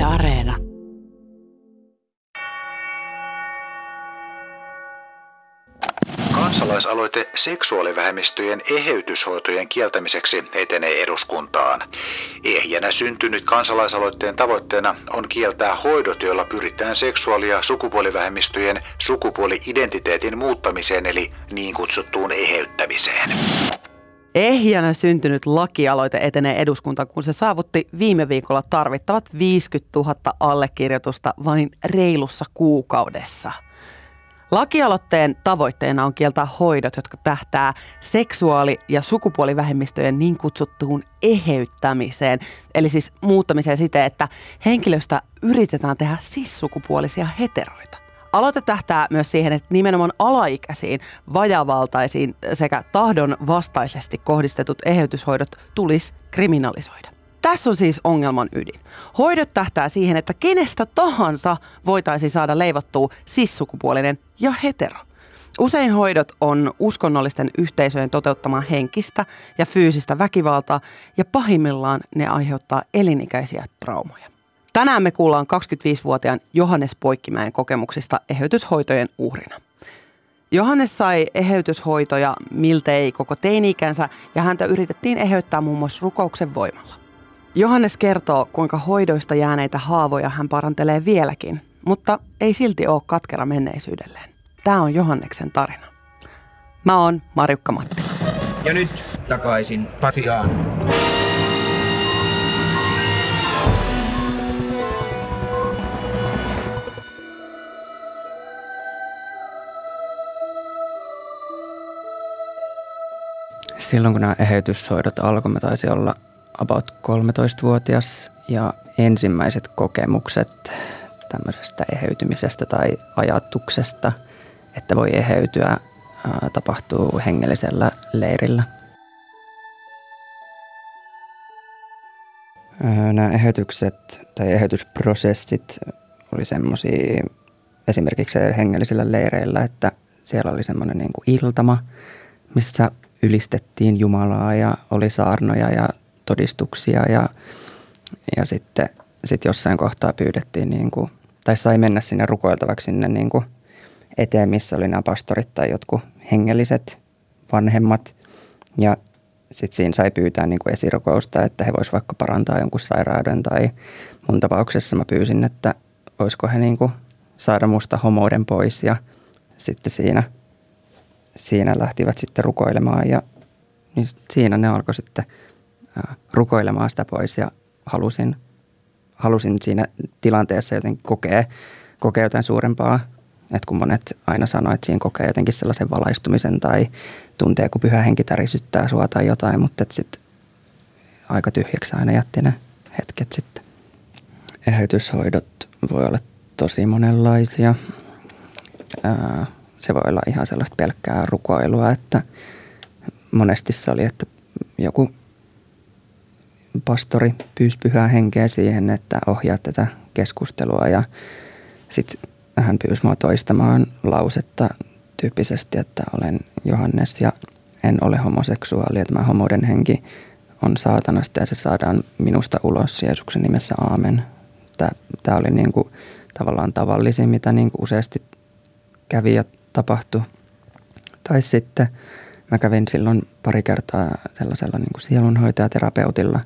Areena. Kansalaisaloite seksuaalivähemmistöjen eheytyshoitojen kieltämiseksi etenee eduskuntaan. Ehjänä syntynyt kansalaisaloitteen tavoitteena on kieltää hoidot, joilla pyritään seksuaali- ja sukupuolivähemmistöjen sukupuoli-identiteetin muuttamiseen eli niin kutsuttuun eheyttämiseen. Ehjänä syntynyt lakialoite etenee eduskuntaan, kun se saavutti viime viikolla tarvittavat 50 000 allekirjoitusta vain reilussa kuukaudessa. Lakialoitteen tavoitteena on kieltää hoidot, jotka tähtää seksuaali- ja sukupuolivähemmistöjen niin kutsuttuun eheyttämiseen, eli siis muuttamiseen siten, että henkilöstä yritetään tehdä cis-sukupuolisia heteroita. Aloite tähtää myös siihen, että nimenomaan alaikäisiin, vajavaltaisiin sekä tahdon vastaisesti kohdistetut eheytyshoidot tulisi kriminalisoida. Tässä on siis ongelman ydin. Hoidot tähtää siihen, että kenestä tahansa voitaisiin saada leivottua cis-sukupuolinen ja hetero. Usein hoidot on uskonnollisten yhteisöjen toteuttamaa henkistä ja fyysistä väkivaltaa ja pahimmillaan ne aiheuttaa elinikäisiä traumoja. Tänään me kuullaan 25-vuotiaan Johannes Poikkimäen kokemuksista eheytyshoitojen uhrina. Johannes sai eheytyshoitoja miltei koko teini-ikänsä ja häntä yritettiin eheyttää muun muassa rukouksen voimalla. Johannes kertoo, kuinka hoidoista jääneitä haavoja hän parantelee vieläkin, mutta ei silti ole katkera menneisyydelleen. Tämä on Johanneksen tarina. Mä oon Marjukka Mattila. Ja nyt takaisin Pasiaan. Silloin kun nämä eheytyshoidot alkoi, mä taisin olla about 13-vuotias ja ensimmäiset kokemukset tämmöisestä eheytymisestä tai ajatuksesta, että voi eheytyä, tapahtuu hengellisellä leirillä. Nämä eheytykset tai eheytysprosessit oli semmoisia esimerkiksi hengellisillä leireillä, että siellä oli semmoinen niin kuin iltama, missä ylistettiin Jumalaa ja oli saarnoja ja todistuksia ja sitten jossain kohtaa pyydettiin niin kuin, tai sai mennä sinne rukoiltavaksi sinne niin kuin eteen, missä oli nämä pastorit tai jotkut hengelliset vanhemmat ja sitten siinä sai pyytää niin kuin esirukousta, että he voisivat vaikka parantaa jonkun sairauden tai mun tapauksessa mä pyysin, että voisiko he niin kuin saada musta homouden pois ja sitten siinä lähtivät sitten rukoilemaan ja niin siinä ne alkoi sitten rukoilemaan sitä pois ja halusin siinä tilanteessa jotenkin kokea jotain suurempaa. Että kun monet aina sanoo, että siinä kokee jotenkin sellaisen valaistumisen tai tuntee, kun pyhä henki tärisyttää sua tai jotain, mutta sitten aika tyhjäksi aina jätti ne hetket sitten. Eheytyshoidot voi olla tosi monenlaisia. Se voi olla ihan sellaista pelkkää rukoilua, että monesti se oli, että joku pastori pyysi pyhää henkeä siihen, että ohjaa tätä keskustelua ja sitten hän pyysi mua toistamaan lausetta tyyppisesti, että olen Johannes ja en ole homoseksuaali, että mä homouden henki on saatanasta ja se saadaan minusta ulos Jeesuksen nimessä, aamen. Tämä oli niin kuin tavallaan tavallisin, mitä niin kuin useasti kävi ja tapahtui. Tai sitten mä kävin silloin pari kertaa sellaisella niin kuin sielunhoitajaterapeutilla,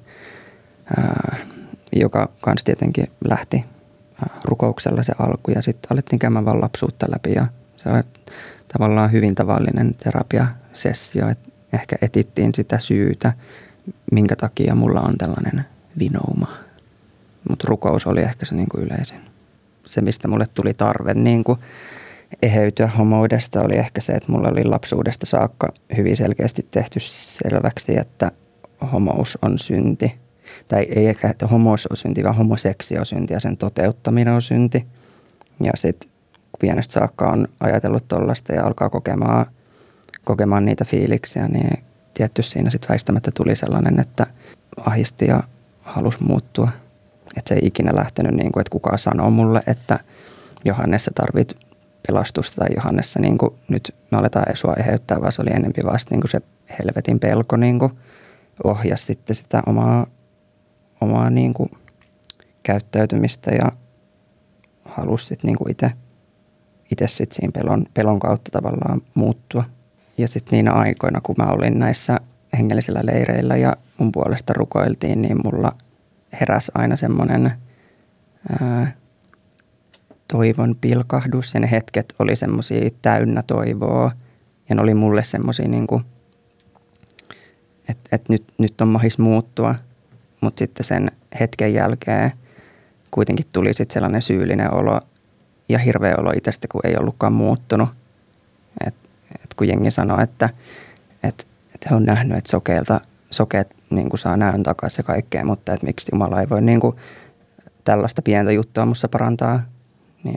joka kanssa tietenkin lähti rukouksella se alku ja sitten alettiin käymään vaan lapsuutta läpi ja se oli tavallaan hyvin tavallinen terapiasessio, että ehkä etittiin sitä syytä, minkä takia mulla on tällainen vinouma. Mutta rukous oli ehkä se niin kuin yleisin. Se, mistä mulle tuli tarve niin kuin eheytyä homoudesta, oli ehkä se, että mulla oli lapsuudesta saakka hyvin selkeästi tehty selväksi, että homous on synti. Tai ei ehkä, että homous on synti, vaan homoseksi on synti ja sen toteuttaminen on synti. Ja sitten kun pienestä saakka on ajatellut tollaista ja alkaa kokemaan niitä fiiliksiä, niin tietty siinä sitten väistämättä tuli sellainen, että ahisti ja halusi muuttua. Että se ei ikinä lähtenyt niin kuin, että kukaan sanoo mulle, että Johannes, sä tarvit pelastusta tai Johannessa niin kuin, nyt me aletaan sua eheyttää, vaan se oli enemmän vasta niin kuin se helvetin pelko niin kuin ohjasi sitten sitä omaa niin kuin käyttäytymistä ja halusi sitten niinku itse sit siinä pelon kautta tavallaan muuttua. Ja sitten niinä aikoina, kun mä olin näissä hengellisillä leireillä ja mun puolesta rukoiltiin, niin mulla heräsi aina semmoinen toivon pilkahdus. Ja ne hetket oli semmoisia täynnä toivoa. Ja ne oli mulle semmoisia, niinku, että nyt on mahis muuttua. Mutta sitten sen hetken jälkeen kuitenkin tuli sitten sellainen syyllinen olo ja hirveä olo itsestä, kun ei ollutkaan muuttunut. Et kun jengi sanoi, että he on nähnyt, että sokeat niin kuin saa näön takaisin ja kaikkea, mutta että miksi Jumala ei voi niin kuin tällaista pientä juttua musta parantaa, niin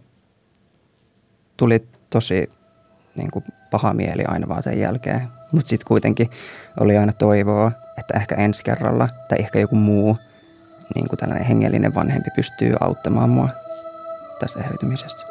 tuli tosi niin kuin paha mieli aina vaan sen jälkeen. Mutta sitten kuitenkin oli aina toivoa, että ehkä ensi kerralla tai ehkä joku muu niin kuin tällainen hengellinen vanhempi pystyy auttamaan mua tässä eheytymisessä.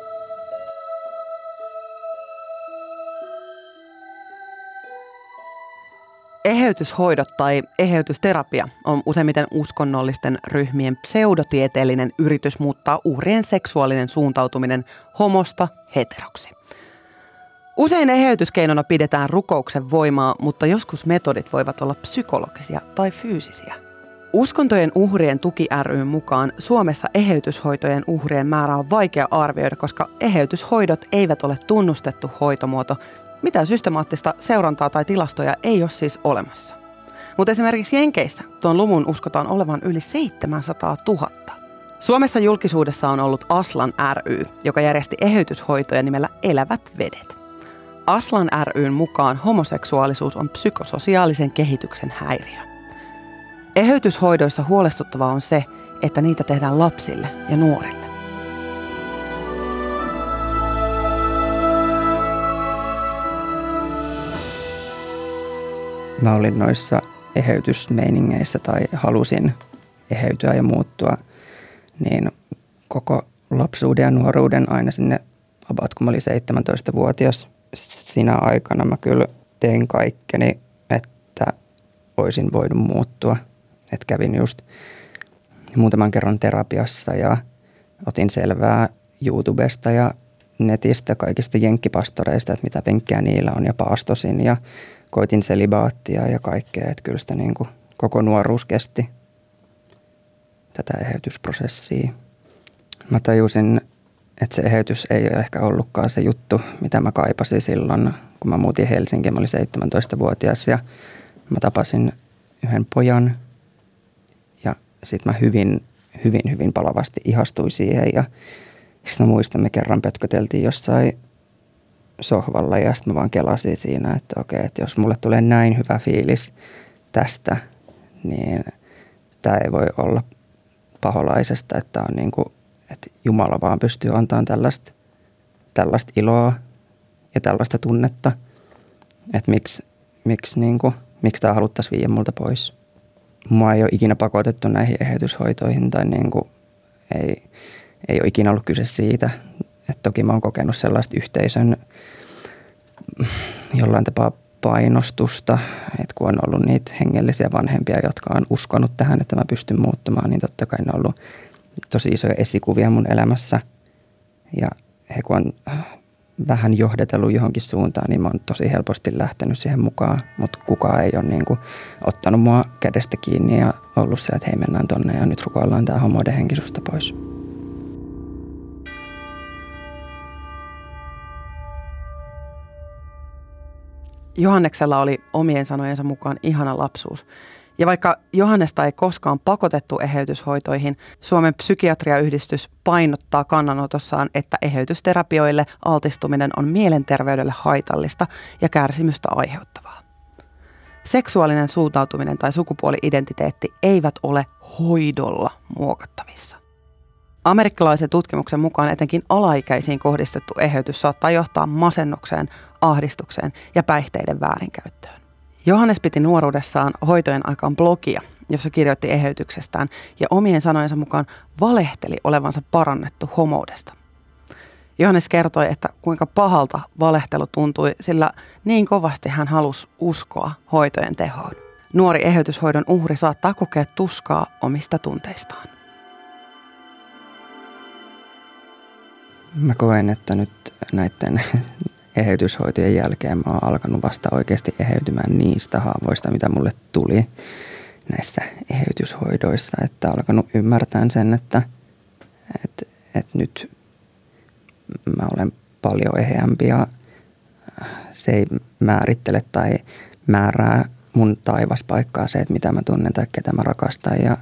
Eheytyshoidot tai eheytysterapia on useimmiten uskonnollisten ryhmien pseudotieteellinen yritys muuttaa uhrien seksuaalinen suuntautuminen homosta heteroksi. Usein eheytyskeinona pidetään rukouksen voimaa, mutta joskus metodit voivat olla psykologisia tai fyysisiä. Uskontojen uhrien tuki ry:n mukaan Suomessa eheytyshoitojen uhrien määrä on vaikea arvioida, koska eheytyshoidot eivät ole tunnustettu hoitomuoto. Mitään systemaattista seurantaa tai tilastoja ei ole siis olemassa. Mutta esimerkiksi Jenkeissä tuon luvun uskotaan olevan yli 700 000. Suomessa julkisuudessa on ollut Aslan ry, joka järjesti eheytyshoitoja nimellä Elävät vedet. Aslan ry:n mukaan homoseksuaalisuus on psykososiaalisen kehityksen häiriö. Eheytyshoidoissa huolestuttavaa on se, että niitä tehdään lapsille ja nuorille. Mä olin noissa eheytysmeiningeissä tai halusin eheytyä ja muuttua, niin koko lapsuuden ja nuoruuden aina sinne about kun mä olin 17-vuotias. Siinä aikana mä kyllä tein kaikkeni, että olisin voinut muuttua. Että kävin just muutaman kerran terapiassa ja otin selvää YouTubesta ja netistä kaikista jenkkipastoreista, että mitä penkkejä niillä on ja paastosin ja koitin selibaattia ja kaikkea, että kyllä sitä niin kuin koko nuoruus kesti tätä eheytysprosessia. Mä tajusin, että se eheytys ei ole ehkä ollutkaan se juttu, mitä mä kaipasin silloin, kun mä muutin Helsinkiin. Mä olin 17-vuotias ja mä tapasin yhden pojan ja sitten mä hyvin palavasti ihastuin siihen ja sitten mä muistan, me kerran pötköteltiin jossain sohvalla ja sitten mä vaan kelasin siinä, että okei, että jos mulle tulee näin hyvä fiilis tästä, niin tää ei voi olla paholaisesta, että on niinku, että Jumala vaan pystyy antamaan tällaista iloa ja tällaista tunnetta, että miksi tää haluttaisiin viedä multa pois. Mua ei ole ikinä pakotettu näihin eheytyshoitoihin tai niinku ei ole ikinä ollut kyse siitä. Et toki mä oon kokenut sellaista yhteisön jollain tapaa painostusta, että kun on ollut niitä hengellisiä vanhempia, jotka on uskonut tähän, että mä pystyn muuttumaan, niin totta kai ne on ollut tosi isoja esikuvia mun elämässä. Ja he kun on vähän johdetellut johonkin suuntaan, niin mä oon tosi helposti lähtenyt siihen mukaan, mutta kukaan ei ole niin kuin ottanut mua kädestä kiinni ja ollut se, että hei mennään tonne ja nyt rukoillaan tää homoiden henki susta pois. Johanneksella oli omien sanojensa mukaan ihana lapsuus. Ja vaikka Johannesta ei koskaan pakotettu eheytyshoitoihin, Suomen psykiatriayhdistys painottaa kannanotossaan, että eheytysterapioille altistuminen on mielenterveydelle haitallista ja kärsimystä aiheuttavaa. Seksuaalinen suuntautuminen tai sukupuoli-identiteetti eivät ole hoidolla muokattavissa. Amerikkalaisen tutkimuksen mukaan etenkin alaikäisiin kohdistettu eheytys saattaa johtaa masennukseen, ahdistukseen ja päihteiden väärinkäyttöön. Johannes piti nuoruudessaan hoitojen aikaan blogia, jossa kirjoitti eheytyksestään ja omien sanojensa mukaan valehteli olevansa parannettu homoudesta. Johannes kertoi, että kuinka pahalta valehtelu tuntui, sillä niin kovasti hän halusi uskoa hoitojen tehoon. Nuori eheytyshoidon uhri saattaa kokea tuskaa omista tunteistaan. Mä koen, että nyt näiden eheytyshoitojen jälkeen mä oon alkanut vasta oikeasti eheytymään niistä haavoista, mitä mulle tuli näissä eheytyshoidoissa. Että alkanut ymmärtää sen, että nyt mä olen paljon eheämpi ja se ei määrittele tai määrää mun taivaspaikkaa se, että mitä mä tunnen tai ketä mä rakastan. Ja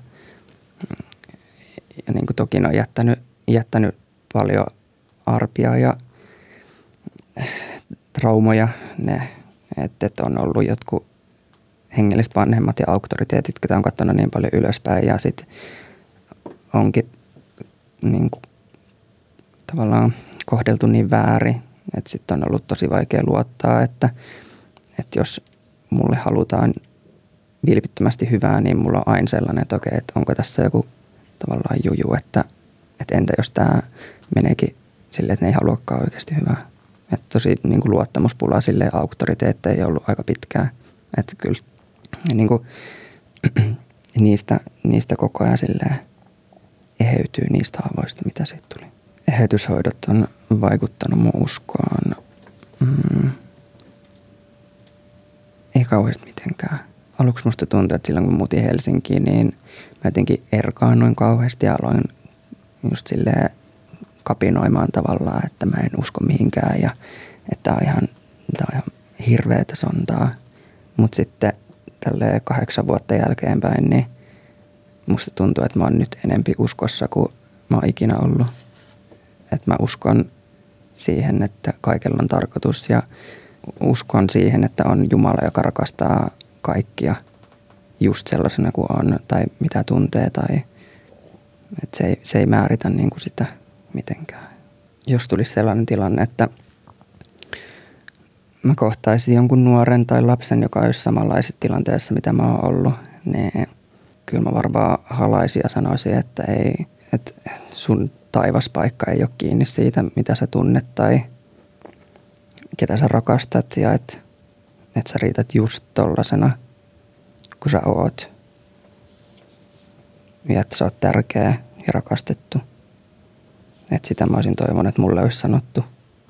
niin kuin toki ne on jättänyt paljon arpia ja traumoja, että on ollut jotkut hengelliset vanhemmat ja auktoriteetit, jotka on katsonut niin paljon ylöspäin ja sitten onkin niin kuin tavallaan kohdeltu niin väärin, että sitten on ollut tosi vaikea luottaa, että jos mulle halutaan vilpittömästi hyvää, niin mulla on aina sellainen, että okei, että onko tässä joku tavallaan juju, että entä jos tämä meneekin silleen, että ne ei haluakaan oikeasti hyvää. Että tosi niin kuin luottamuspulaa silleen auktoriteetteja ei ollut aika pitkään. Että kyllä niin kuin, niistä koko ajan silleen eheytyy niistä haavoista, mitä siitä tuli. Eheytyshoidot on vaikuttanut mun uskoon. Ei kauheasti mitenkään. Aluksi musta tuntui, että silloin kun muutin Helsinkiin, niin mä jotenkin erkaannuin kauheasti ja aloin just silleen kapinoimaan tavallaan, että mä en usko mihinkään ja että tää on ihan hirveetä sontaa. Mutta sitten tälleen 8 vuotta jälkeenpäin, niin musta tuntuu, että mä oon nyt enempi uskossa kuin mä oon ikinä ollut. Että mä uskon siihen, että kaikella on tarkoitus ja uskon siihen, että on Jumala, joka rakastaa kaikkia just sellaisena kuin on tai mitä tuntee tai että se ei määritä niin kuin sitä mitenkään. Jos tulisi sellainen tilanne, että mä kohtaisin jonkun nuoren tai lapsen, joka olisi samanlaisessa tilanteessa, mitä mä oon ollut, niin kyllä mä varmaan halaisin ja sanoisin, että ei, että sun taivaspaikka ei ole kiinni siitä, mitä sä tunnet tai ketä sä rakastat ja että sä riität just tollasena, kun sä oot. Ja että sä oot tärkeä ja rakastettu. Että sitä mä olisin toivonut, että mulle olisi sanottu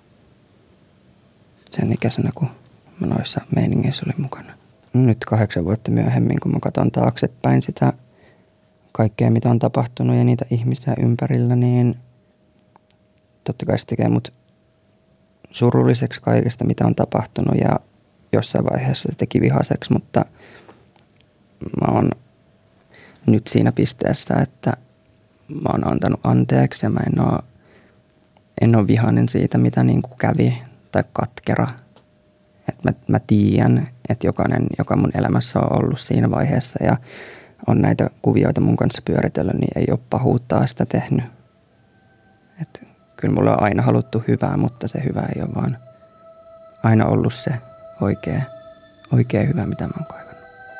sen ikäisenä, kun mä noissa meiningeissä olin mukana. Nyt 8 vuotta myöhemmin, kun mä katson taaksepäin sitä kaikkea, mitä on tapahtunut ja niitä ihmisiä ympärillä, niin totta kai se tekee mut surulliseksi kaikesta, mitä on tapahtunut ja jossain vaiheessa se teki vihaseksi, mutta mä oon nyt siinä pisteessä, että mä oon antanut anteeksi ja mä en oo vihainen siitä, mitä niin kuin kävi tai katkera. Että mä tiedän, että jokainen, joka mun elämässä on ollut siinä vaiheessa ja on näitä kuvioita mun kanssa pyöritellyt, niin ei ole pahuuttaa sitä tehnyt. Että kyllä mulla on aina haluttu hyvää, mutta se hyvä ei ole vaan aina ollut se oikea hyvä, mitä mä oon kaivannut.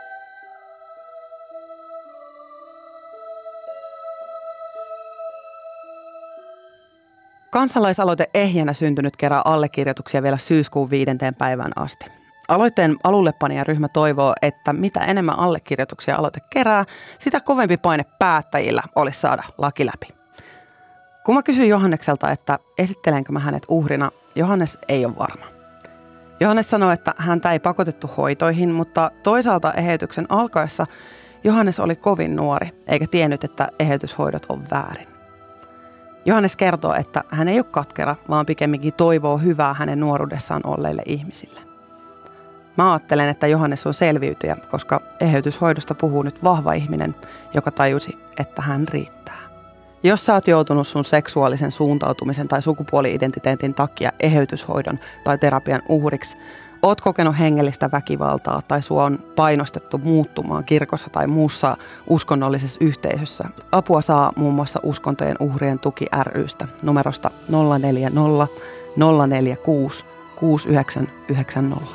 Kansalaisaloite Ehjänä syntynyt kerää allekirjoituksia vielä syyskuun 5. päivään asti. Aloitteen alullepanijaryhmä toivoo, että mitä enemmän allekirjoituksia aloite kerää, sitä kovempi paine päättäjillä olisi saada laki läpi. Kun mä kysyin Johannekselta, että esittelenkö mä hänet uhrina, Johannes ei ole varma. Johannes sanoi, että häntä ei pakotettu hoitoihin, mutta toisaalta eheytyksen alkaessa Johannes oli kovin nuori, eikä tiennyt, että eheytyshoidot on väärin. Johannes kertoo, että hän ei ole katkera, vaan pikemminkin toivoo hyvää hänen nuoruudessaan olleille ihmisille. Mä ajattelen, että Johannes on selviytyjä, koska eheytyshoidosta puhuu nyt vahva ihminen, joka tajusi, että hän riittää. Jos sä oot joutunut sun seksuaalisen suuntautumisen tai sukupuoli-identiteetin takia eheytyshoidon tai terapian uhriksi, oot kokenut hengellistä väkivaltaa tai sua on painostettu muuttumaan kirkossa tai muussa uskonnollisessa yhteisössä, apua saa muun muassa Uskontojen uhrien tuki ry:stä numerosta 040 046 6990.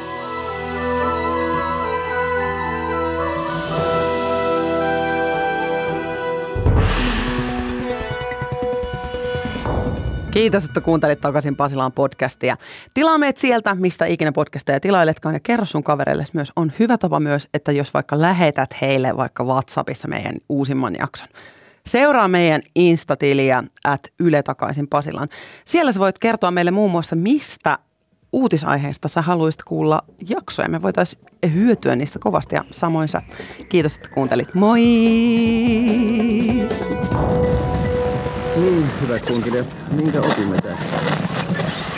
Kiitos, että kuuntelit takaisin Pasilaan podcastia. Tilaa meidät sieltä, mistä ikinä podcasteja tilailetkaan ja kerro sun kavereille myös. On hyvä tapa myös, että jos vaikka lähetät heille vaikka WhatsAppissa meidän uusimman jakson. Seuraa meidän Insta-tiliä @Yle Takaisin Pasilaan. Siellä sä voit kertoa meille muun muassa, mistä uutisaiheista sä haluaisit kuulla jaksoja. Me voitaisiin hyötyä niistä kovasti ja samoin sä. Kiitos, että kuuntelit. Moi! Niin, hyvät kuuntelijat, minkä opimme tästä?